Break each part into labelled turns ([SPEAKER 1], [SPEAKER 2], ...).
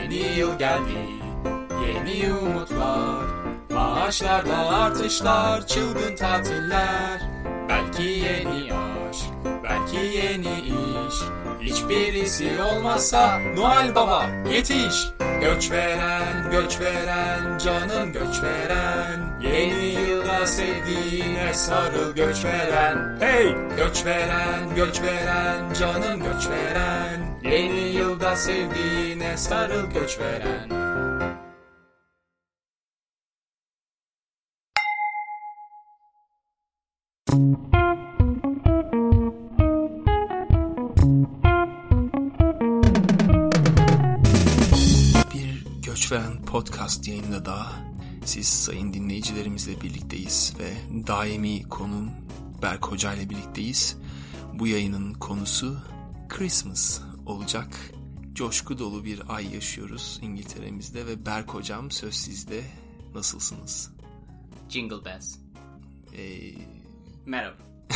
[SPEAKER 1] Yeni yıl geldi, yeni umutlar, maaşlarda artışlar, çılgın tatiller. Belki yeni aşk, belki yeni iş, hiçbirisi olmazsa Noel Baba yetiş. Göç veren, göç veren, canım göç veren, yeni yılda sevdiğine sarıl göç veren. Hey! Göç veren, göç veren, canım göç veren, yeni yılda sevdiğine sarıl göç veren.
[SPEAKER 2] Göçveren Podcast yayında daha siz sayın dinleyicilerimizle birlikteyiz ve daimi konuğum Berk Hoca ile birlikteyiz. Bu yayının konusu Christmas olacak. Coşku dolu bir ay yaşıyoruz İngiltere'mizde ve Berk Hocam söz sizde. Nasılsınız?
[SPEAKER 1] Jingle bells. Merhaba.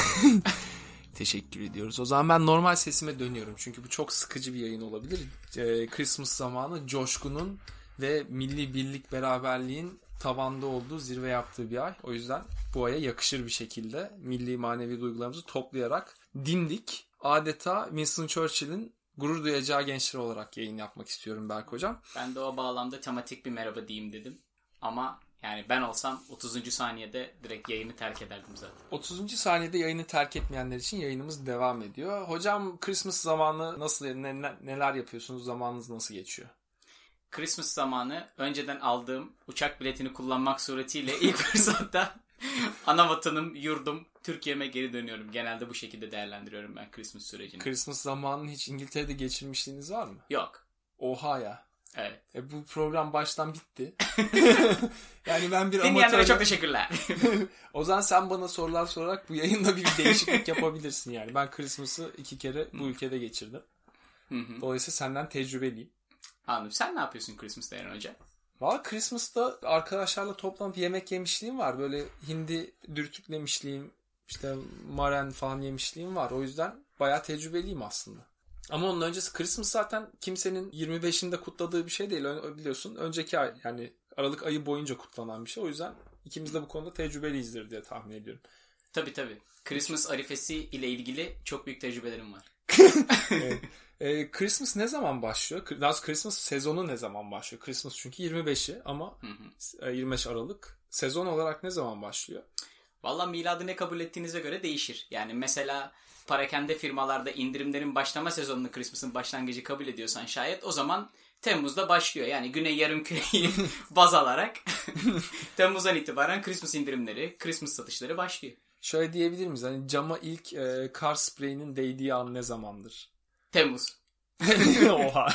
[SPEAKER 2] Teşekkür ediyoruz. O zaman ben normal sesime dönüyorum. Çünkü bu çok sıkıcı bir yayın olabilir. Christmas zamanı coşkunun ve milli birlik beraberliğin tavanda olduğu, zirve yaptığı bir ay. O yüzden bu aya yakışır bir şekilde milli manevi duygularımızı toplayarak dimdik adeta Winston Churchill'in gurur duyacağı gençler olarak yayın yapmak istiyorum Berk Hocam.
[SPEAKER 1] Ben de o bağlamda tematik bir merhaba diyeyim dedim. Ama yani ben olsam 30. saniyede direkt yayını terk ederdim zaten.
[SPEAKER 2] 30. saniyede yayını terk etmeyenler için yayınımız devam ediyor. Hocam Christmas zamanı nasıl, neler yapıyorsunuz? Zamanınız nasıl geçiyor?
[SPEAKER 1] Christmas zamanı önceden aldığım uçak biletini kullanmak suretiyle ilk fırsatta ana vatanım, yurdum, Türkiye'me geri dönüyorum. Genelde bu şekilde değerlendiriyorum ben Christmas sürecini.
[SPEAKER 2] Christmas zamanını hiç İngiltere'de geçirmişliğiniz var mı?
[SPEAKER 1] Yok.
[SPEAKER 2] Oha ya.
[SPEAKER 1] Evet.
[SPEAKER 2] Bu program baştan bitti. Yani ben bir
[SPEAKER 1] dinleyenlere
[SPEAKER 2] amatörüm.
[SPEAKER 1] çok teşekkürler.
[SPEAKER 2] O zaman sen bana sorular sorarak bu yayında bir değişiklik yapabilirsin yani. Ben Christmas'ı 2 kere bu ülkede geçirdim. Dolayısıyla senden tecrübeliyim.
[SPEAKER 1] Anladım. Sen ne yapıyorsun Christmas'ta Eren Hoca?
[SPEAKER 2] Valla Christmas'ta arkadaşlarla toplanıp yemek yemişliğim var. Böyle hindi dürtüklemişliğim, işte maren falan yemişliğim var. O yüzden bayağı tecrübeliyim aslında. Ama onun öncesi Christmas zaten kimsenin 25'inde kutladığı bir şey değil. Biliyorsun önceki ay, yani Aralık ayı boyunca kutlanan bir şey. O yüzden ikimiz de bu konuda tecrübeliyizdir diye tahmin ediyorum.
[SPEAKER 1] Tabii. Christmas arifesi ile ilgili çok büyük tecrübelerim var.
[SPEAKER 2] Evet. Christmas ne zaman başlıyor? Daha Christmas sezonu ne zaman başlıyor? Christmas çünkü 25'i ama 25 Aralık. Sezon olarak ne zaman başlıyor?
[SPEAKER 1] Vallahi miladı ne kabul ettiğinize göre değişir. Yani mesela parakende firmalarda indirimlerin başlama sezonunu Christmas'ın başlangıcı kabul ediyorsan şayet o zaman Temmuz'da başlıyor. Yani Güney Yarımküre'yi baz alarak Temmuz'dan itibaren Christmas indirimleri, Christmas satışları başlıyor.
[SPEAKER 2] Şöyle diyebilir miyiz? Hani cama ilk kar spreyinin değdiği an ne zamandır?
[SPEAKER 1] Temmuz.
[SPEAKER 2] Oha.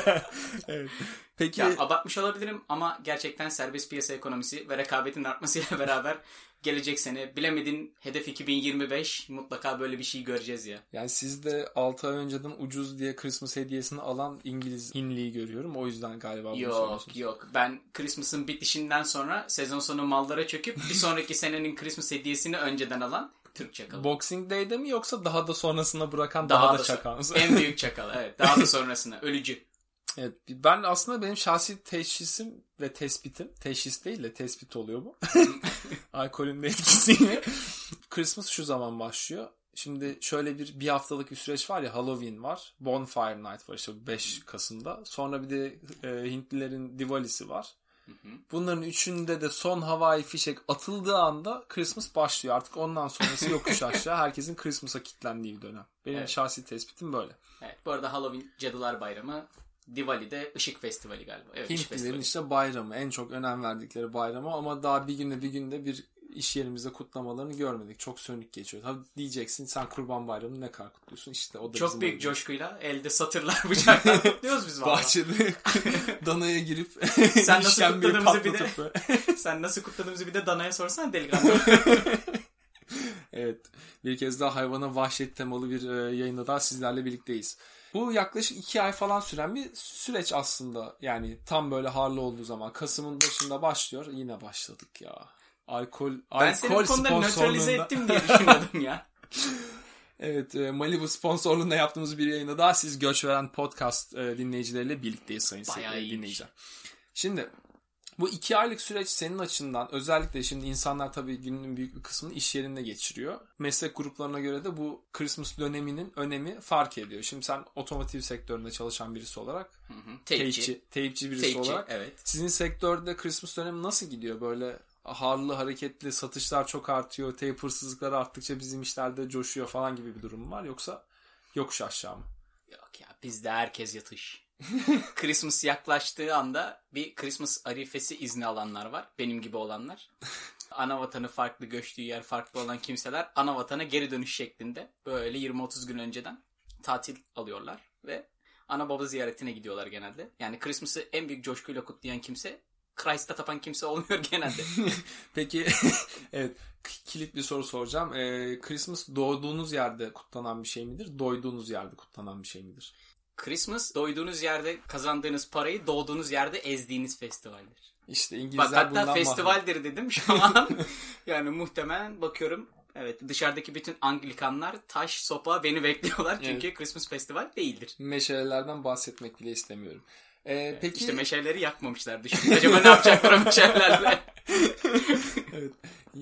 [SPEAKER 2] Evet. Peki.
[SPEAKER 1] Ya, abartmış olabilirim ama gerçekten serbest piyasa ekonomisi ve rekabetin artmasıyla beraber gelecek sene bilemedin hedef 2025 mutlaka böyle bir şey göreceğiz ya.
[SPEAKER 2] Yani siz de 6 ay önceden ucuz diye Christmas hediyesini alan İngiliz Hinli'yi görüyorum. O yüzden galiba bunu söylüyorsunuz.
[SPEAKER 1] Yok. Ben Christmas'ın bitişinden sonra sezon sonu mallara çöküp bir sonraki senenin Christmas hediyesini önceden alan Türk çakalı.
[SPEAKER 2] Boxing Day'de mi yoksa daha da sonrasına bırakan daha da çakal mı?
[SPEAKER 1] En büyük çakal, evet. Daha da sonrasına. Ölücü.
[SPEAKER 2] Evet, ben aslında benim şahsi teşhisim ve tespitim, teşhis değil de tespit oluyor bu. Alkolün de etkisiyle. Christmas şu zaman başlıyor. Şimdi şöyle bir haftalık bir süreç var ya, Halloween var, Bonfire Night var işte 5 Kasım'da. Sonra bir de Hintlilerin Diwali'si var. Bunların üçünde de son havai fişek atıldığı anda Christmas başlıyor. Artık ondan sonrası yokuş aşağı. Herkesin Christmas'a kilitlendiği bir dönem. Benim şahsi tespitim böyle.
[SPEAKER 1] Evet, bu arada Halloween Cadılar Bayramı, Diwali'de Işık Festivali galiba. Evet,
[SPEAKER 2] Hintlilerin işte bayramı, en çok önem verdikleri bayramı ama daha bir günde bir iş yerimizde kutlamalarını görmedik. Çok sönük geçiyor. Tabii diyeceksin sen Kurban Bayramı'nı ne kadar kutluyorsun? İşte o da
[SPEAKER 1] çok büyük coşkuyla elde satırlar bıçaklar kutluyoruz biz valla.
[SPEAKER 2] Bahçede danaya girip
[SPEAKER 1] sen nasıl kutladığımızı bir de sen nasıl kutladığımızı bir de danaya sorsan Telegram'da.
[SPEAKER 2] Evet. Bir kez daha hayvana vahşet temalı bir yayında daha sizlerle birlikteyiz. Bu yaklaşık 2 ay falan süren bir süreç aslında. Yani tam böyle harlı olduğu zaman. Kasım'ın başında başlıyor. Yine başladık ya.
[SPEAKER 1] Ben seni bu konuda nötralize ettim diye düşünüyordum ya.
[SPEAKER 2] Evet, Malibu sponsorluğunda yaptığımız bir yayında daha siz Göç Veren Podcast dinleyicileriyle birlikteyiz sayın dinleyiciler. Şimdi bu 2 aylık süreç senin açından, özellikle şimdi insanlar tabii günün büyük bir kısmını iş yerinde geçiriyor. Meslek gruplarına göre de bu Christmas döneminin önemi fark ediyor. Şimdi sen otomotiv sektöründe çalışan birisi olarak, teypçi birisi olarak,
[SPEAKER 1] evet.
[SPEAKER 2] Sizin sektörde Christmas dönemi nasıl gidiyor? Böyle harlı, hareketli, satışlar çok artıyor, teyp hırsızlıkları arttıkça bizim işlerde coşuyor falan gibi bir durum mu var, yoksa yokuş aşağı mı?
[SPEAKER 1] Yok ya, bizde herkes yatış. Christmas yaklaştığı anda bir Christmas arifesi izni alanlar var. Benim gibi olanlar. Ana vatanı farklı, göçtüğü yer farklı olan kimseler ana vatana geri dönüş şeklinde böyle 20-30 gün önceden tatil alıyorlar ve ana baba ziyaretine gidiyorlar genelde. Yani Christmas'ı en büyük coşkuyla kutlayan kimse, Christ'a tapan kimse olmuyor genelde.
[SPEAKER 2] Peki evet, kilit bir soru soracağım. Christmas doğduğunuz yerde kutlanan bir şey midir? Doyduğunuz yerde kutlanan bir şey midir?
[SPEAKER 1] Christmas doyduğunuz yerde kazandığınız parayı doğduğunuz yerde ezdiğiniz festivaldir.
[SPEAKER 2] İşte İngilizler
[SPEAKER 1] hatta
[SPEAKER 2] bundan
[SPEAKER 1] festivaldir dedim şu an. Yani muhtemelen bakıyorum. Evet, dışarıdaki bütün Anglikanlar taş, sopa beni bekliyorlar. Çünkü evet, Christmas festival değildir.
[SPEAKER 2] Meşalelerden bahsetmek bile istemiyorum. Peki...
[SPEAKER 1] İşte meşaleleri yakmamışlar. Düşün. Acaba ne yapacaklar o meşalelerle?
[SPEAKER 2] Evet.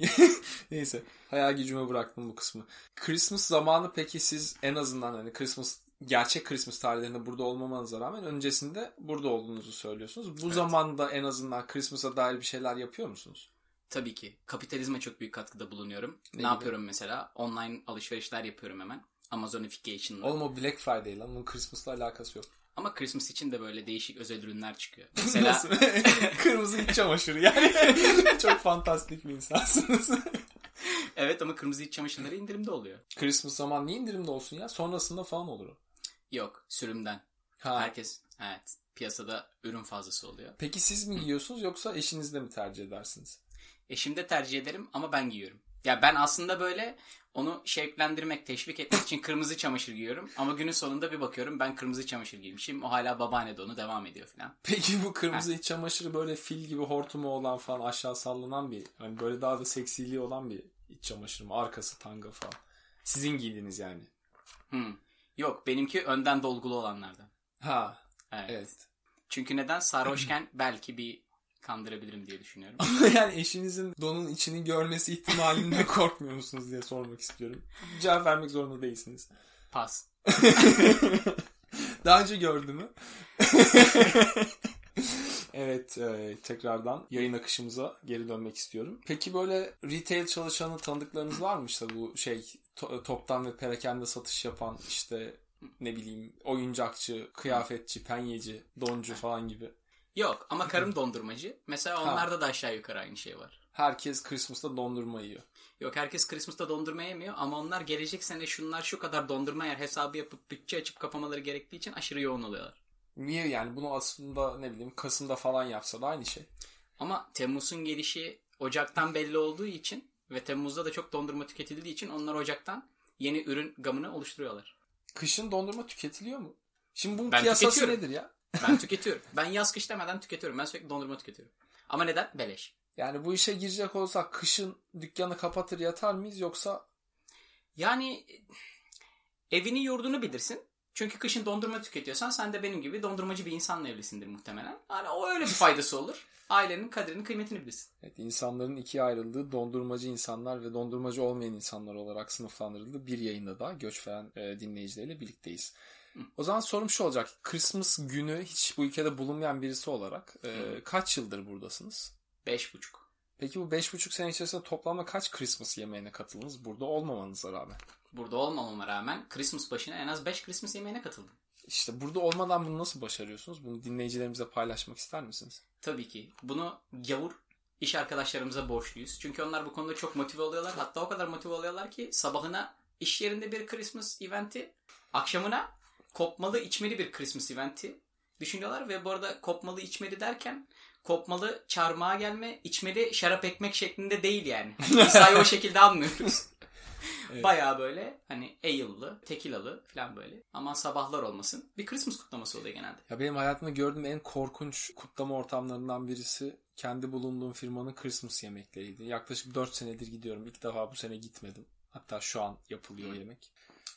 [SPEAKER 2] Neyse. Hayal gücüme bıraktım bu kısmı. Christmas zamanı peki siz en azından hani gerçek Christmas tarihlerinde burada olmamanıza rağmen öncesinde burada olduğunuzu söylüyorsunuz. Bu evet, zamanda en azından Christmas'a dair bir şeyler yapıyor musunuz?
[SPEAKER 1] Tabii ki. Kapitalizme çok büyük katkıda bulunuyorum. Ne yapıyorum mesela? Online alışverişler yapıyorum hemen. Amazonification'la.
[SPEAKER 2] Oğlum o Black Friday lan. Bunun Christmas'la alakası yok.
[SPEAKER 1] Ama Christmas için de böyle değişik özel ürünler çıkıyor. Mesela
[SPEAKER 2] kırmızı iç çamaşırı yani. Çok fantastik bir insansınız.
[SPEAKER 1] Evet, ama kırmızı iç çamaşırları indirimde oluyor.
[SPEAKER 2] Christmas zaman niye indirimde olsun ya? Sonrasında falan olur o.
[SPEAKER 1] Yok, sürümden. Herkes, evet, piyasada ürün fazlası oluyor.
[SPEAKER 2] Peki siz mi giyiyorsunuz yoksa eşiniz de mi tercih edersiniz?
[SPEAKER 1] Eşim de tercih ederim ama ben giyiyorum. Ya ben aslında böyle onu şevklendirmek, teşvik etmek için kırmızı çamaşır giyiyorum. Ama günün sonunda bir bakıyorum ben kırmızı çamaşır giymişim. O hala babaanne de onu devam ediyor falan.
[SPEAKER 2] Peki bu kırmızı iç çamaşırı böyle fil gibi hortumu olan falan aşağı sallanan bir, hani böyle daha da seksiliği olan bir iç çamaşır mı? Arkası tanga falan. Sizin giydiğiniz yani.
[SPEAKER 1] Yok, benimki önden dolgulu olanlardan. Evet. Çünkü neden? Sarhoşken belki bir kandırabilirim diye düşünüyorum.
[SPEAKER 2] Ama yani eşinizin donun içini görmesi ihtimalinden korkmuyor musunuz diye sormak istiyorum. Cevap vermek zorunda değilsiniz.
[SPEAKER 1] Pas.
[SPEAKER 2] Daha önce gördü mü? Evet, tekrardan yayın akışımıza geri dönmek istiyorum. Peki böyle retail çalışanı tanıdıklarınız var mı, işte bu toptan ve perakende satış yapan, işte ne bileyim oyuncakçı, kıyafetçi, penyeci, doncu falan gibi?
[SPEAKER 1] Yok ama karım dondurmacı. Mesela onlarda da aşağı yukarı aynı şey var.
[SPEAKER 2] Herkes Christmas'ta dondurma yiyor.
[SPEAKER 1] Yok, herkes Christmas'ta dondurma yemiyor ama onlar gelecek sene şunlar şu kadar dondurma yer hesabı yapıp bütçe açıp kapamaları gerektiği için aşırı yoğun oluyorlar.
[SPEAKER 2] Niye yani? Bunu aslında ne bileyim Kasım'da falan yapsa da aynı şey.
[SPEAKER 1] Ama Temmuz'un gelişi Ocak'tan belli olduğu için ve Temmuz'da da çok dondurma tüketildiği için onlar Ocak'tan yeni ürün gamını oluşturuyorlar.
[SPEAKER 2] Kışın dondurma tüketiliyor mu? Şimdi bunun piyasası nedir ya?
[SPEAKER 1] Ben tüketiyorum. Ben yaz kış demeden tüketiyorum. Ben sürekli dondurma tüketiyorum. Ama neden? Beleş.
[SPEAKER 2] Yani bu işe girecek olsak kışın dükkanı kapatır yatar mıyız yoksa?
[SPEAKER 1] Yani evini yurdunu bilirsin. Çünkü kışın dondurma tüketiyorsan sen de benim gibi dondurmacı bir insanla evlisindir muhtemelen. Yani o öyle bir faydası olur. Ailenin kadrini, kıymetini bilirsin. Evet,
[SPEAKER 2] insanların ikiye ayrıldığı dondurmacı insanlar ve dondurmacı olmayan insanlar olarak sınıflandırıldığı bir yayında daha Göç Veren dinleyicileriyle birlikteyiz. O zaman sorum şu olacak. Christmas günü hiç bu ülkede bulunmayan birisi olarak kaç yıldır buradasınız?
[SPEAKER 1] 5,5.
[SPEAKER 2] Peki bu 5,5 sene içerisinde toplamda kaç Christmas yemeğine katıldınız burada olmamanıza rağmen?
[SPEAKER 1] Burada olmamama rağmen Christmas başına en az 5 Christmas yemeğine katıldım.
[SPEAKER 2] İşte burada olmadan bunu nasıl başarıyorsunuz? Bunu dinleyicilerimize paylaşmak ister misiniz?
[SPEAKER 1] Tabii ki. Bunu gavur iş arkadaşlarımıza borçluyuz. Çünkü onlar bu konuda çok motive oluyorlar. Hatta o kadar motive oluyorlar ki sabahına iş yerinde bir Christmas eventi, akşamına kopmalı içmeli bir Christmas eventi düşünüyorlar. Ve bu arada kopmalı içmeli derken kopmalı çarmıha gelme, içmeli şarap ekmek şeklinde değil yani. Hani İsa'yı o şekilde anlıyoruz. Evet. Bayağı böyle hani ale'lı, tekilalı falan böyle. Aman sabahlar olmasın. Bir Christmas kutlaması oluyor genelde.
[SPEAKER 2] Ya benim hayatımda gördüğüm en korkunç kutlama ortamlarından birisi kendi bulunduğum firmanın Christmas yemekleriydi. Yaklaşık 4 senedir gidiyorum. İlk defa bu sene gitmedim. Hatta şu an yapılıyor yemek.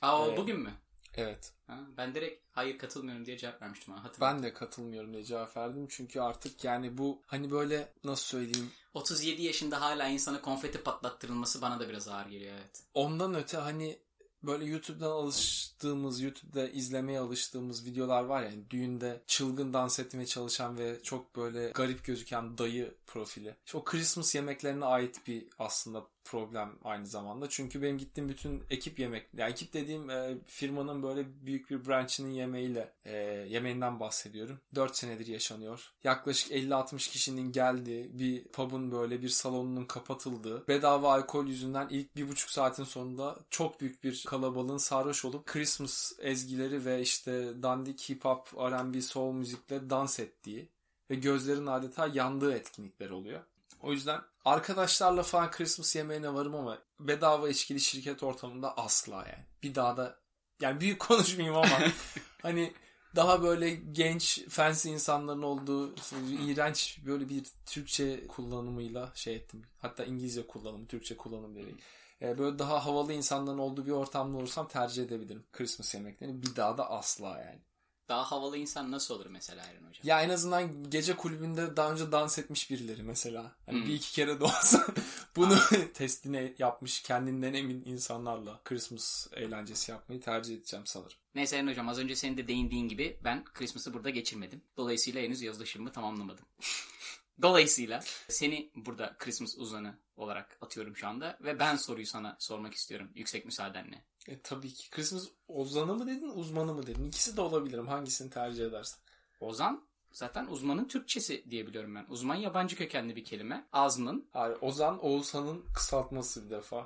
[SPEAKER 3] O bugün mü?
[SPEAKER 2] Evet.
[SPEAKER 3] Ben direkt hayır katılmıyorum diye cevap vermiştim.
[SPEAKER 2] Ben de katılmıyorum diye cevap verdim. Çünkü artık yani bu hani böyle nasıl söyleyeyim.
[SPEAKER 3] 37 yaşında hala insana konfeti patlattırılması bana da biraz ağır geliyor, evet.
[SPEAKER 2] Ondan öte hani böyle YouTube'da izlemeye alıştığımız videolar var ya. Yani düğünde çılgın dans etmeye çalışan ve çok böyle garip gözüken dayı profili. İşte o Christmas yemeklerine ait bir aslında problem aynı zamanda. Çünkü benim gittiğim bütün ekip ekip dediğim firmanın böyle büyük bir branch'ının yemeğinden bahsediyorum. 4 senedir yaşanıyor. Yaklaşık 50-60 kişinin geldiği bir pub'un böyle bir salonunun kapatıldığı, bedava alkol yüzünden ilk 1,5 saatin sonunda çok büyük bir kalabalığın sarhoş olup Christmas ezgileri ve işte dandik hip hop, R&B, soul müzikle dans ettiği ve gözlerin adeta yandığı etkinlikler oluyor. O yüzden arkadaşlarla falan Christmas yemeğine varım ama bedava içkili şirket ortamında asla yani. Bir daha da yani büyük konuşmayayım ama hani daha böyle genç, fancy insanların olduğu iğrenç böyle bir Türkçe kullanımıyla ettim. Hatta İngilizce kullanımı, Türkçe kullanım değil. Böyle daha havalı insanların olduğu bir ortamda olursam tercih edebilirim Christmas yemeklerini. Bir daha da asla yani.
[SPEAKER 3] Daha havalı insan nasıl olur mesela Eren Hocam?
[SPEAKER 2] Ya en azından gece kulübünde daha önce dans etmiş birileri mesela. Hani bir iki kere de olsa bunu testine yapmış, kendinden emin insanlarla Christmas eğlencesi yapmayı tercih edeceğim sanırım.
[SPEAKER 3] Neyse Eren Hocam, az önce senin de değindiğin gibi ben Christmas'ı burada geçirmedim. Dolayısıyla henüz yazılışımı tamamlamadım. Dolayısıyla seni burada Christmas uzmanı olarak atıyorum şu anda ve ben soruyu sana sormak istiyorum yüksek müsaadenle.
[SPEAKER 2] Tabii ki. Christmas ozanı mı dedin, uzmanı mı dedin? İkisi de olabilirim. Hangisini tercih edersen.
[SPEAKER 3] Ozan zaten uzmanın Türkçesi diye biliyorum ben. Uzman yabancı kökenli bir kelime. Azmın.
[SPEAKER 2] Hayır, Ozan Oğuzhan'ın kısaltması bir defa.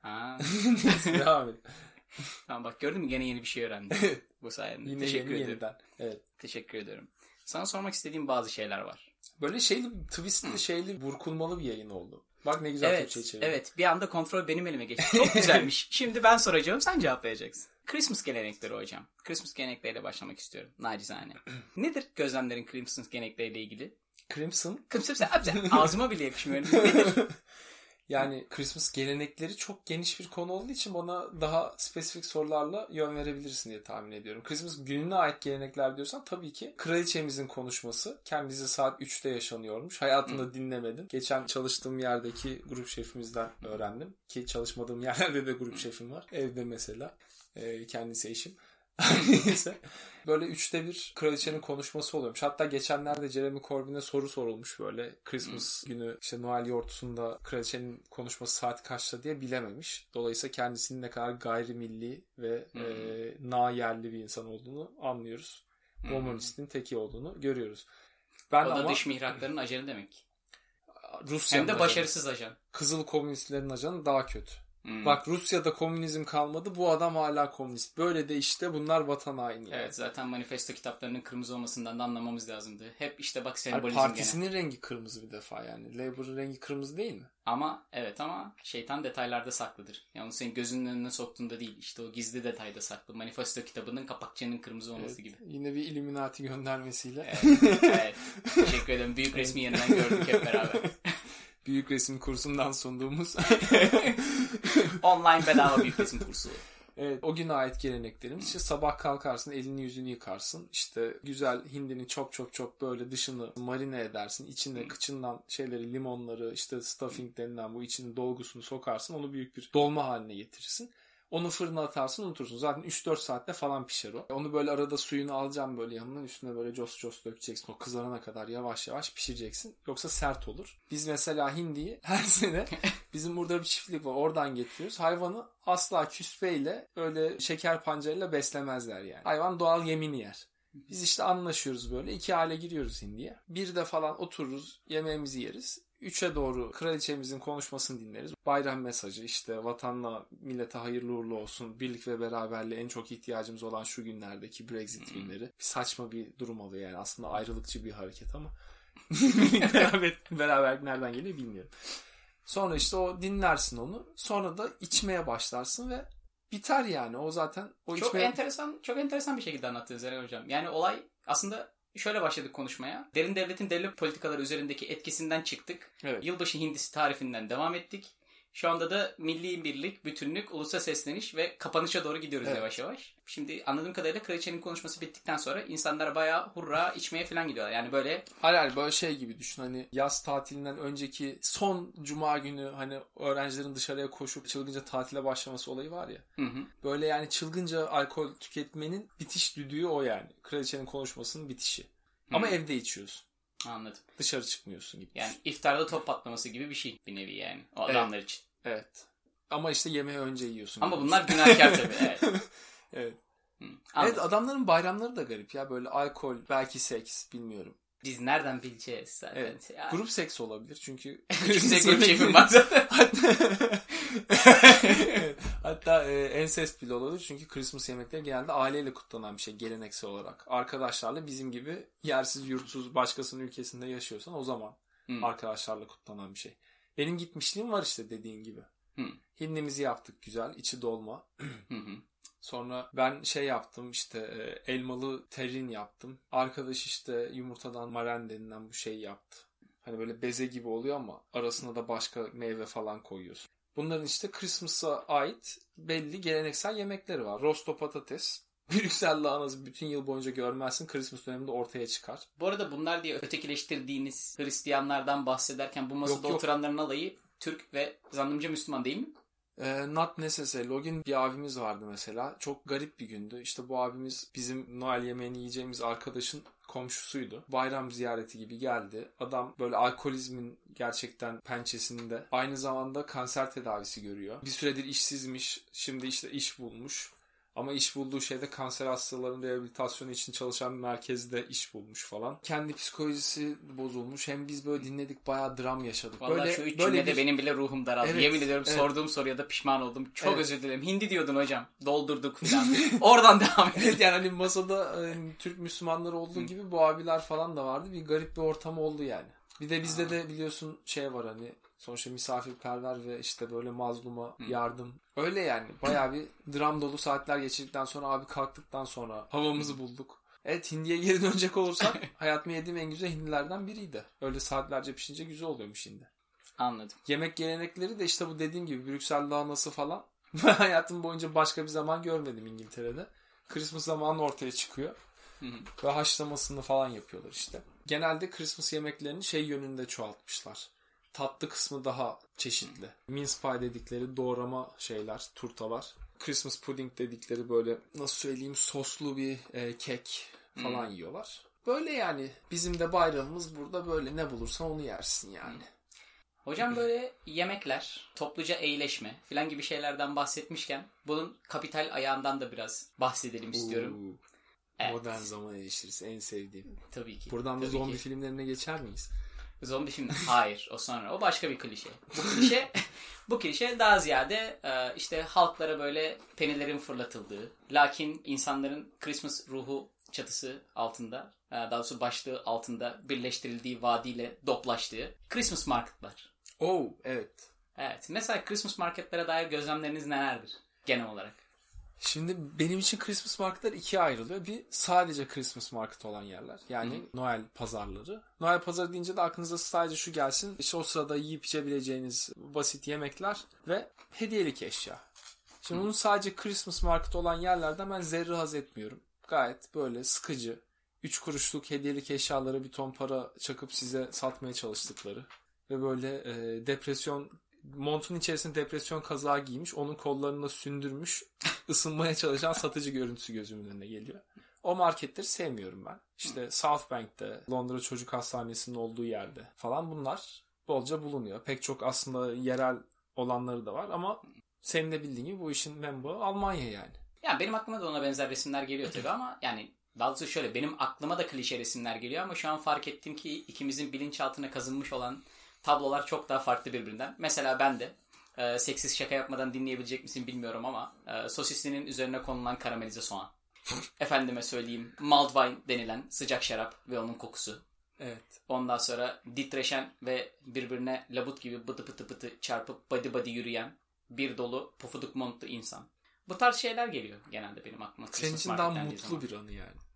[SPEAKER 3] Devam edin. Tamam, bak gördün mü, gene yeni bir şey öğrendim bu sayede.
[SPEAKER 2] Yine
[SPEAKER 3] Teşekkür ederim.
[SPEAKER 2] Yeniden. Evet.
[SPEAKER 3] Teşekkür ediyorum. Sana sormak istediğim bazı şeyler var.
[SPEAKER 2] Böyle twistli burkulmalı bir yayın oldu. Bak ne güzel Türkçe çevirdim.
[SPEAKER 3] Evet, bir anda kontrol benim elime geçti. Çok güzelmiş. Şimdi ben soracağım, sen cevaplayacaksın. Christmas gelenekleri hocam. Christmas gelenekleriyle başlamak istiyorum. Nacizane. Nedir gözlemlerin Christmas gelenekleriyle ilgili?
[SPEAKER 2] Crimson?
[SPEAKER 3] Ağzıma bile yakışmıyor. Nedir?
[SPEAKER 2] Yani Christmas gelenekleri çok geniş bir konu olduğu için bana daha spesifik sorularla yön verebilirsin diye tahmin ediyorum. Christmas gününe ait gelenekler diyorsan tabii ki kraliçemizin konuşması kendisi saat 3'te yaşanıyormuş. Hayatımda dinlemedim. Geçen çalıştığım yerdeki grup şefimizden öğrendim. Ki çalışmadığım yerlerde de grup şefim var. Evde mesela. Kendisi eşim. Neyse. Böyle 3'te bir kraliçenin konuşması oluyormuş. Hatta geçenlerde Jeremy Corbyn'e soru sorulmuş böyle. Christmas günü işte Noel yortusunda kraliçenin konuşması saat kaçta diye bilememiş. Dolayısıyla kendisinin ne kadar gayrimilli ve yerli bir insan olduğunu anlıyoruz. Komünistin teki olduğunu görüyoruz.
[SPEAKER 3] O da dış mihrakların ajanı demek.
[SPEAKER 2] Rusya'nın
[SPEAKER 3] hem de başarısız ajan.
[SPEAKER 2] Kızıl komünistlerin ajanı daha kötü. Bak Rusya'da komünizm kalmadı. Bu adam hala komünist. Böyle de işte bunlar vatan haini.
[SPEAKER 3] Evet, zaten manifesto kitaplarının kırmızı olmasından da anlamamız lazımdı. Hep işte bak sembolizm
[SPEAKER 2] partisinin rengi kırmızı bir defa yani. Labour'ın rengi kırmızı değil mi?
[SPEAKER 3] Ama şeytan detaylarda saklıdır. Yani onu senin gözünün önüne soktuğunda değil. İşte o gizli detayda saklı. Manifesto kitabının kapakçığının kırmızı olması gibi.
[SPEAKER 2] Yine bir Illuminati göndermesiyle.
[SPEAKER 3] Evet. Teşekkür ederim. Büyük resmi yeniden gördük hep beraber.
[SPEAKER 2] Büyük resim kursundan sunduğumuz
[SPEAKER 3] online bedava büyük resim kursu.
[SPEAKER 2] Evet, o güne ait geleneklerimiz. İşte sabah kalkarsın, elini yüzünü yıkarsın. İşte güzel hindini çok böyle dışını marine edersin. İçine kıçından limonları, işte stuffing denilen bu içinin dolgusunu sokarsın. Onu büyük bir dolma haline getirirsin. Onu fırına atarsın, unutursun. Zaten 3-4 saatte falan pişer o. Onu böyle arada suyunu alacaksın böyle yanından. Üstüne böyle cos dökeceksin. O kızarana kadar yavaş yavaş pişireceksin. Yoksa sert olur. Biz mesela hindiyi her sene bizim burada bir çiftlik var. Oradan getiriyoruz. Hayvanı asla küspeyle öyle şeker pancarıyla beslemezler yani. Hayvan doğal yemini yer. Biz işte anlaşıyoruz böyle. 2 aile giriyoruz hindiye. 1'de falan otururuz. Yemeğimizi yeriz. 3'e doğru kraliçemizin konuşmasını dinleriz. Bayram mesajı işte vatanla millete hayırlı uğurlu olsun. Birlik ve beraberliğe en çok ihtiyacımız olan şu günlerdeki Brexit günleri. Saçma bir durum oluyor yani. Aslında ayrılıkçı bir hareket ama beraberlik nereden geliyor bilmiyorum. Sonra işte o dinlersin onu. Sonra da içmeye başlarsın ve biter yani. O zaten
[SPEAKER 3] çok enteresan bir şekilde anlattınız Eren Hocam. Yani olay aslında şöyle başladık konuşmaya. Derin devletin devlet politikaları üzerindeki etkisinden çıktık.
[SPEAKER 2] Evet.
[SPEAKER 3] Yılbaşı hindisi tarifinden devam ettik. Şu anda da milli birlik, bütünlük, ulusa sesleniş ve kapanışa doğru gidiyoruz yavaş yavaş. Şimdi anladığım kadarıyla kraliçenin konuşması bittikten sonra insanlar bayağı hurra içmeye falan gidiyorlar. Yani böyle...
[SPEAKER 2] Hayır böyle şey gibi düşün, hani yaz tatilinden önceki son cuma günü hani öğrencilerin dışarıya koşup çılgınca tatile başlaması olayı var ya.
[SPEAKER 3] Hı hı.
[SPEAKER 2] Böyle yani çılgınca alkol tüketmenin bitiş düdüğü o yani. Kraliçenin konuşmasının bitişi. Ama evde içiyorsun.
[SPEAKER 3] Anladım.
[SPEAKER 2] Dışarı çıkmıyorsun gibi.
[SPEAKER 3] Yani iftarda top patlaması gibi bir şey bir nevi yani. O adamlar için.
[SPEAKER 2] Evet. Ama işte yemeği önce yiyorsun.
[SPEAKER 3] Ama bunlar günahkar tabii. Evet.
[SPEAKER 2] Evet.
[SPEAKER 3] Anladım.
[SPEAKER 2] Evet, adamların bayramları da garip ya. Böyle alkol, belki seks, bilmiyorum.
[SPEAKER 3] Biz nereden bileceğiz zaten.
[SPEAKER 2] Evet.
[SPEAKER 3] Ya.
[SPEAKER 2] Grup seks olabilir çünkü.
[SPEAKER 3] Kimse grup şefim var zaten.
[SPEAKER 2] Hatta ensest bile olabilir çünkü Christmas yemekleri genelde aileyle kutlanan bir şey geleneksel olarak. Arkadaşlarla bizim gibi yersiz yurtsuz başkasının ülkesinde yaşıyorsan o zaman arkadaşlarla kutlanan bir şey. Benim gitmişliğim var işte dediğin gibi. Hindimizi yaptık güzel, içi dolma. Sonra ben şey yaptım işte elmalı terrin yaptım. Arkadaş işte yumurtadan maren denilen bu şey yaptı. Hani böyle beze gibi oluyor ama arasına da başka meyve falan koyuyorsun. Bunların işte Christmas'a ait belli geleneksel yemekleri var. Rosto patates, Brüksel lahanası bütün yıl boyunca görmezsin. Christmas döneminde ortaya çıkar.
[SPEAKER 3] Bu arada bunlar diye ötekileştirdiğiniz Hristiyanlardan bahsederken bu masada
[SPEAKER 2] yok.
[SPEAKER 3] Oturanların alayı Türk ve zannımca Müslüman değil mi?
[SPEAKER 2] Not necessary. Login bir abimiz vardı mesela. Çok garip bir gündü. İşte bu abimiz bizim Noel yemeğini yiyeceğimiz arkadaşın komşusuydu. Bayram ziyareti gibi geldi. Adam böyle alkolizmin gerçekten pençesinde. Aynı zamanda kanser tedavisi görüyor. Bir süredir işsizmiş. Şimdi işte iş bulmuş. Ama iş bulduğu şeyde kanser hastalarının rehabilitasyonu için çalışan bir merkezde iş bulmuş falan. Kendi psikolojisi bozulmuş. Hem biz böyle dinledik, bayağı dram yaşadık.
[SPEAKER 3] Vallahi
[SPEAKER 2] böyle,
[SPEAKER 3] şu üç cümlede benim bile ruhum daraldı.
[SPEAKER 2] Evet,
[SPEAKER 3] Yemin ediyorum
[SPEAKER 2] evet.
[SPEAKER 3] sorduğum soruya da pişman oldum. Çok
[SPEAKER 2] Evet.
[SPEAKER 3] özür dilerim. Hindi diyordun hocam. Doldurduk falan. Oradan devam edelim.
[SPEAKER 2] Evet, yani hani masada Türk Müslümanları olduğu gibi bu abiler falan da vardı. Bir garip bir ortam oldu yani. Bir de bizde de biliyorsun şey var hani sonuçta misafirperver ve işte böyle mazluma yardım. Öyle yani bayağı bir dram dolu saatler geçirdikten sonra abi kalktıktan sonra havamızı bulduk. Evet, hindiye geri dönecek olursak hayatımda yediğim en güzel hindilerden biriydi. Öyle saatlerce pişince güzel oluyormuş hindi.
[SPEAKER 3] Anladım.
[SPEAKER 2] Yemek gelenekleri de işte bu dediğim gibi Brüksel lahanası falan. Ben hayatım boyunca başka bir zaman görmedim İngiltere'de. Christmas zamanı ortaya çıkıyor. Ve haşlamasını falan yapıyorlar işte. Genelde Christmas yemeklerini şey yönünde çoğaltmışlar. Tatlı kısmı daha çeşitli. Mince pie dedikleri doğrama şeyler, turtalar. Christmas pudding dedikleri böyle nasıl söyleyeyim soslu bir kek falan yiyorlar. Böyle yani bizim de bayramımız burada böyle ne bulursan onu yersin yani.
[SPEAKER 3] Hocam böyle yemekler, topluca eğleşme falan gibi şeylerden bahsetmişken bunun kapital ayağından da biraz bahsedelim istiyorum. Evet.
[SPEAKER 2] Modern zaman eleştirisi en sevdiğim.
[SPEAKER 3] Tabii ki.
[SPEAKER 2] Buradan da
[SPEAKER 3] tabii
[SPEAKER 2] zombi
[SPEAKER 3] ki.
[SPEAKER 2] filmlerine geçer miyiz?
[SPEAKER 3] Zombi filmi? Hayır, o sonra. O başka bir klişe. Bu klişe daha ziyade işte halklara böyle penilerin fırlatıldığı, lakin insanların Christmas ruhu çatısı altında, daha doğrusu başlığı altında birleştirildiği vaadiyle doplaştığı Christmas marketlar.
[SPEAKER 2] Evet.
[SPEAKER 3] Evet. Mesela Christmas marketlere dair gözlemleriniz nelerdir genel olarak?
[SPEAKER 2] Şimdi benim için Christmas marketler ikiye ayrılıyor. Bir sadece Christmas market olan yerler. Yani Noel pazarları. Noel pazarı deyince de aklınıza sadece şu gelsin. İşte o sırada yiyip içebileceğiniz basit yemekler ve hediyelik eşya. Şimdi bunun sadece Christmas market olan yerlerden ben zerre haz etmiyorum. Gayet böyle sıkıcı. 3 kuruşluk hediyelik eşyalara bir ton para çakıp size satmaya çalıştıkları. Ve böyle depresyon... Montun içerisinde depresyon kazağı giymiş. Onun kollarını sündürmüş. Isınmaya çalışan satıcı görüntüsü gözümün önüne geliyor. O marketleri sevmiyorum ben. İşte South Bank'te, Londra Çocuk Hastanesi'nin olduğu yerde falan bunlar bolca bulunuyor. Pek çok aslında yerel olanları da var ama senin de bildiğin gibi bu işin menbaı Almanya yani.
[SPEAKER 3] Ya benim aklıma da ona benzer resimler geliyor tabii ama yani daha doğrusu şöyle benim aklıma da klişe resimler geliyor ama şu an fark ettim ki ikimizin bilinçaltına kazınmış olan tablolar çok daha farklı birbirinden. Mesela ben de seksiz şaka yapmadan dinleyebilecek misin bilmiyorum ama sosislinin üzerine konulan karamelize soğan. Efendime söyleyeyim mulled wine denilen sıcak şarap ve onun kokusu.
[SPEAKER 2] Evet.
[SPEAKER 3] Ondan sonra titreşen ve birbirine labut gibi bıdı bıdı bıdı çarpıp body body yürüyen bir dolu pofuduk montlu insan. Bu tarz şeyler geliyor genelde benim aklıma.
[SPEAKER 2] Senin için daha mutlu bir anı yani.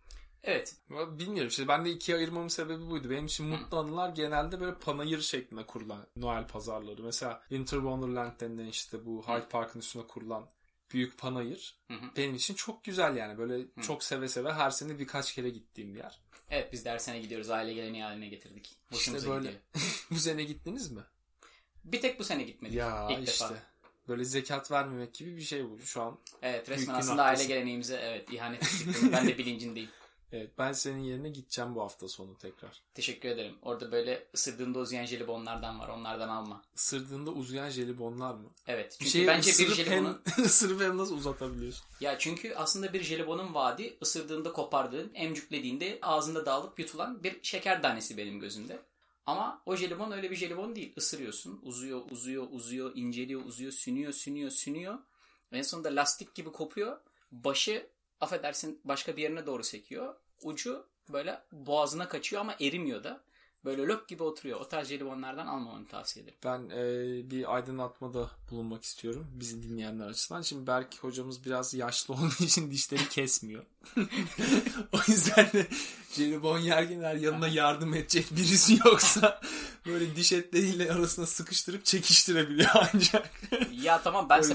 [SPEAKER 3] Evet.
[SPEAKER 2] Bilmiyorum işte ben de ikiye ayırmamın sebebi buydu. Benim için mutlu anılar genelde böyle panayır şeklinde kurulan Noel pazarları. Mesela Winter Wonderland denilen işte bu Hyde Park'ın üstüne kurulan büyük panayır benim için çok güzel yani. Böyle çok seve seve her sene birkaç kere gittiğim bir yer.
[SPEAKER 3] Evet biz de her sene gidiyoruz. Aile geleneği haline getirdik. Hoşumuza
[SPEAKER 2] İşte böyle
[SPEAKER 3] gidiyor.
[SPEAKER 2] bu sene gittiniz mi?
[SPEAKER 3] Bir tek bu sene gitmedik.
[SPEAKER 2] Ya
[SPEAKER 3] İlk
[SPEAKER 2] işte.
[SPEAKER 3] defa.
[SPEAKER 2] Böyle zekat vermemek gibi bir şey bu şu an.
[SPEAKER 3] Evet
[SPEAKER 2] büyük
[SPEAKER 3] resmen
[SPEAKER 2] bir
[SPEAKER 3] aslında aile
[SPEAKER 2] noktası.
[SPEAKER 3] geleneğimize ihanet ettik. Ben de bilincindeyim.
[SPEAKER 2] Evet ben senin yerine gideceğim bu hafta sonu tekrar.
[SPEAKER 3] Teşekkür ederim. Orada böyle ısırdığında uzayan jelibonlardan var. Onlardan alma.
[SPEAKER 2] Isırdığında uzayan jelibonlar mı?
[SPEAKER 3] Evet.
[SPEAKER 2] Bir
[SPEAKER 3] Çünkü
[SPEAKER 2] şeyi
[SPEAKER 3] bence bir
[SPEAKER 2] ısırıp
[SPEAKER 3] jelibonun...
[SPEAKER 2] hem ısırıp hem nasıl uzatabiliyorsun?
[SPEAKER 3] Ya çünkü aslında bir jelibonun vaadi ısırdığında kopardığın, emcüklediğinde ağzında dağılıp yutulan bir şeker tanesi benim gözümde. Ama o jelibon öyle bir jelibon değil. Isırıyorsun. Uzuyor, inceliyor, uzuyor, sünüyor. En sonunda lastik gibi kopuyor. Başı affedersin başka bir yerine doğru sekiyor. Ucu böyle boğazına kaçıyor ama erimiyor da. Böyle lök gibi oturuyor. O tarz jelibonlardan almamanı tavsiye ederim.
[SPEAKER 2] Ben bir aydınlatmada bulunmak istiyorum. Bizi dinleyenler açısından. Şimdi Berk hocamız biraz yaşlı olduğu için dişleri kesmiyor. O yüzden de jelibon yerken yanına yardım edecek birisi yoksa böyle diş etleriyle arasına sıkıştırıp çekiştirebiliyor ancak.
[SPEAKER 3] Ya tamam ben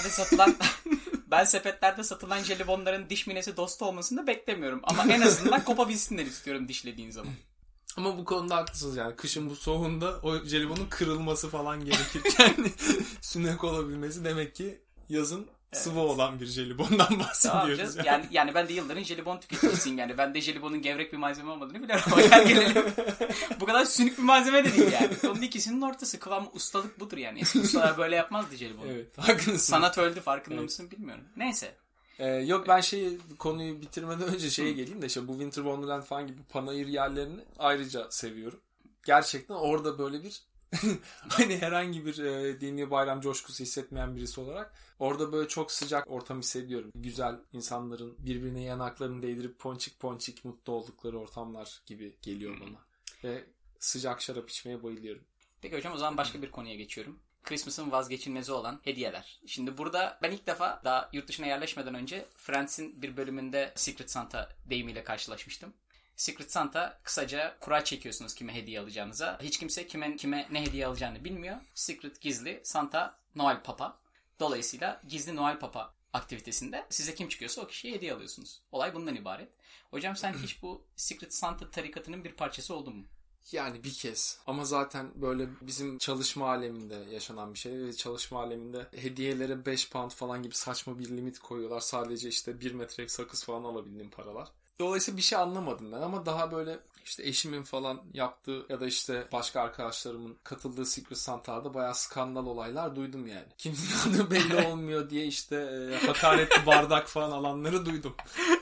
[SPEAKER 3] sepetlerde satılan jelibonların diş minesi dostu olmasını da beklemiyorum. Ama en azından kopabilsinler istiyorum dişlediğin zaman.
[SPEAKER 2] Ama bu konuda haklısınız yani. Kışın bu soğuğunda o jelibonun kırılması falan gerekirken sünek olabilmesi demek ki yazın sıvı olan bir jelibondan bahsediyoruz.
[SPEAKER 3] Tamam, yani ben de yılların jelibon tüketicisiyim yani. Ben de jelibonun gevrek bir malzeme olmadığını biliyorum ama gel gelelim. Bu kadar sünük bir malzeme de değil yani. Onun ikisinin ortası. Kıvam ustalık budur yani. Eski ustalar böyle yapmazdı jelibonu.
[SPEAKER 2] Evet haklısın.
[SPEAKER 3] Sanat öldü farkında mısın bilmiyorum. Neyse.
[SPEAKER 2] Yok ben konuyu bitirmeden önce geleyim de işte bu Winter Wonderland falan gibi panayır yerlerini ayrıca seviyorum. Gerçekten orada böyle bir hani herhangi bir dini bayram coşkusu hissetmeyen birisi olarak orada böyle çok sıcak ortam hissediyorum. Güzel insanların birbirine yanaklarını değdirip ponçik ponçik mutlu oldukları ortamlar gibi geliyor bana. Ve sıcak şarap içmeye bayılıyorum.
[SPEAKER 3] Peki hocam o zaman başka bir konuya geçiyorum. Christmas'ın vazgeçilmezi olan hediyeler. Şimdi burada ben ilk defa daha yurt dışına yerleşmeden önce Friends'in bir bölümünde Secret Santa deyimiyle karşılaşmıştım. Secret Santa kısaca kura çekiyorsunuz kime hediye alacağınıza. Hiç kimse kime ne hediye alacağını bilmiyor. Secret gizli, Santa Noel Papa. Dolayısıyla gizli Noel Papa aktivitesinde size kim çıkıyorsa o kişiye hediye alıyorsunuz. Olay bundan ibaret. Hocam sen hiç bu Secret Santa tarikatının bir parçası oldun mu?
[SPEAKER 2] Yani bir kez. Ama zaten böyle bizim çalışma aleminde yaşanan bir şey ve çalışma aleminde hediyelere 5 pound falan gibi saçma bir limit koyuyorlar. Sadece işte 1 metrelik sakız falan alabildiğim paralar. Dolayısıyla bir şey anlamadım ben ama daha böyle işte eşimin falan yaptığı ya da işte başka arkadaşlarımın katıldığı Secret Santa'da bayağı skandal olaylar duydum yani. Kimin adı belli olmuyor diye işte hakaretli bardak falan alanları duydum.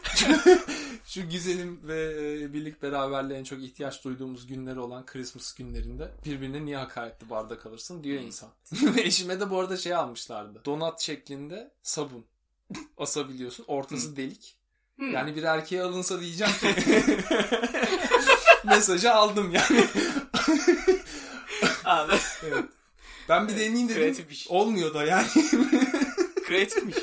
[SPEAKER 2] Şu güzelim ve birlik beraberliğe en çok ihtiyaç duyduğumuz günleri olan Christmas günlerinde birbirine niye hakaretli bardak alırsın diyor insan. Eşime de bu arada almışlardı. Donat şeklinde sabun asabiliyorsun. Ortası delik. Yani bir erkeğe alınsa diyeceğim ki mesajı aldım yani.
[SPEAKER 3] Abi.
[SPEAKER 2] Evet. Ben bir deneyeyim dedim.
[SPEAKER 3] Kreatifmiş.
[SPEAKER 2] Olmuyor da yani.
[SPEAKER 3] Kreatifmiş.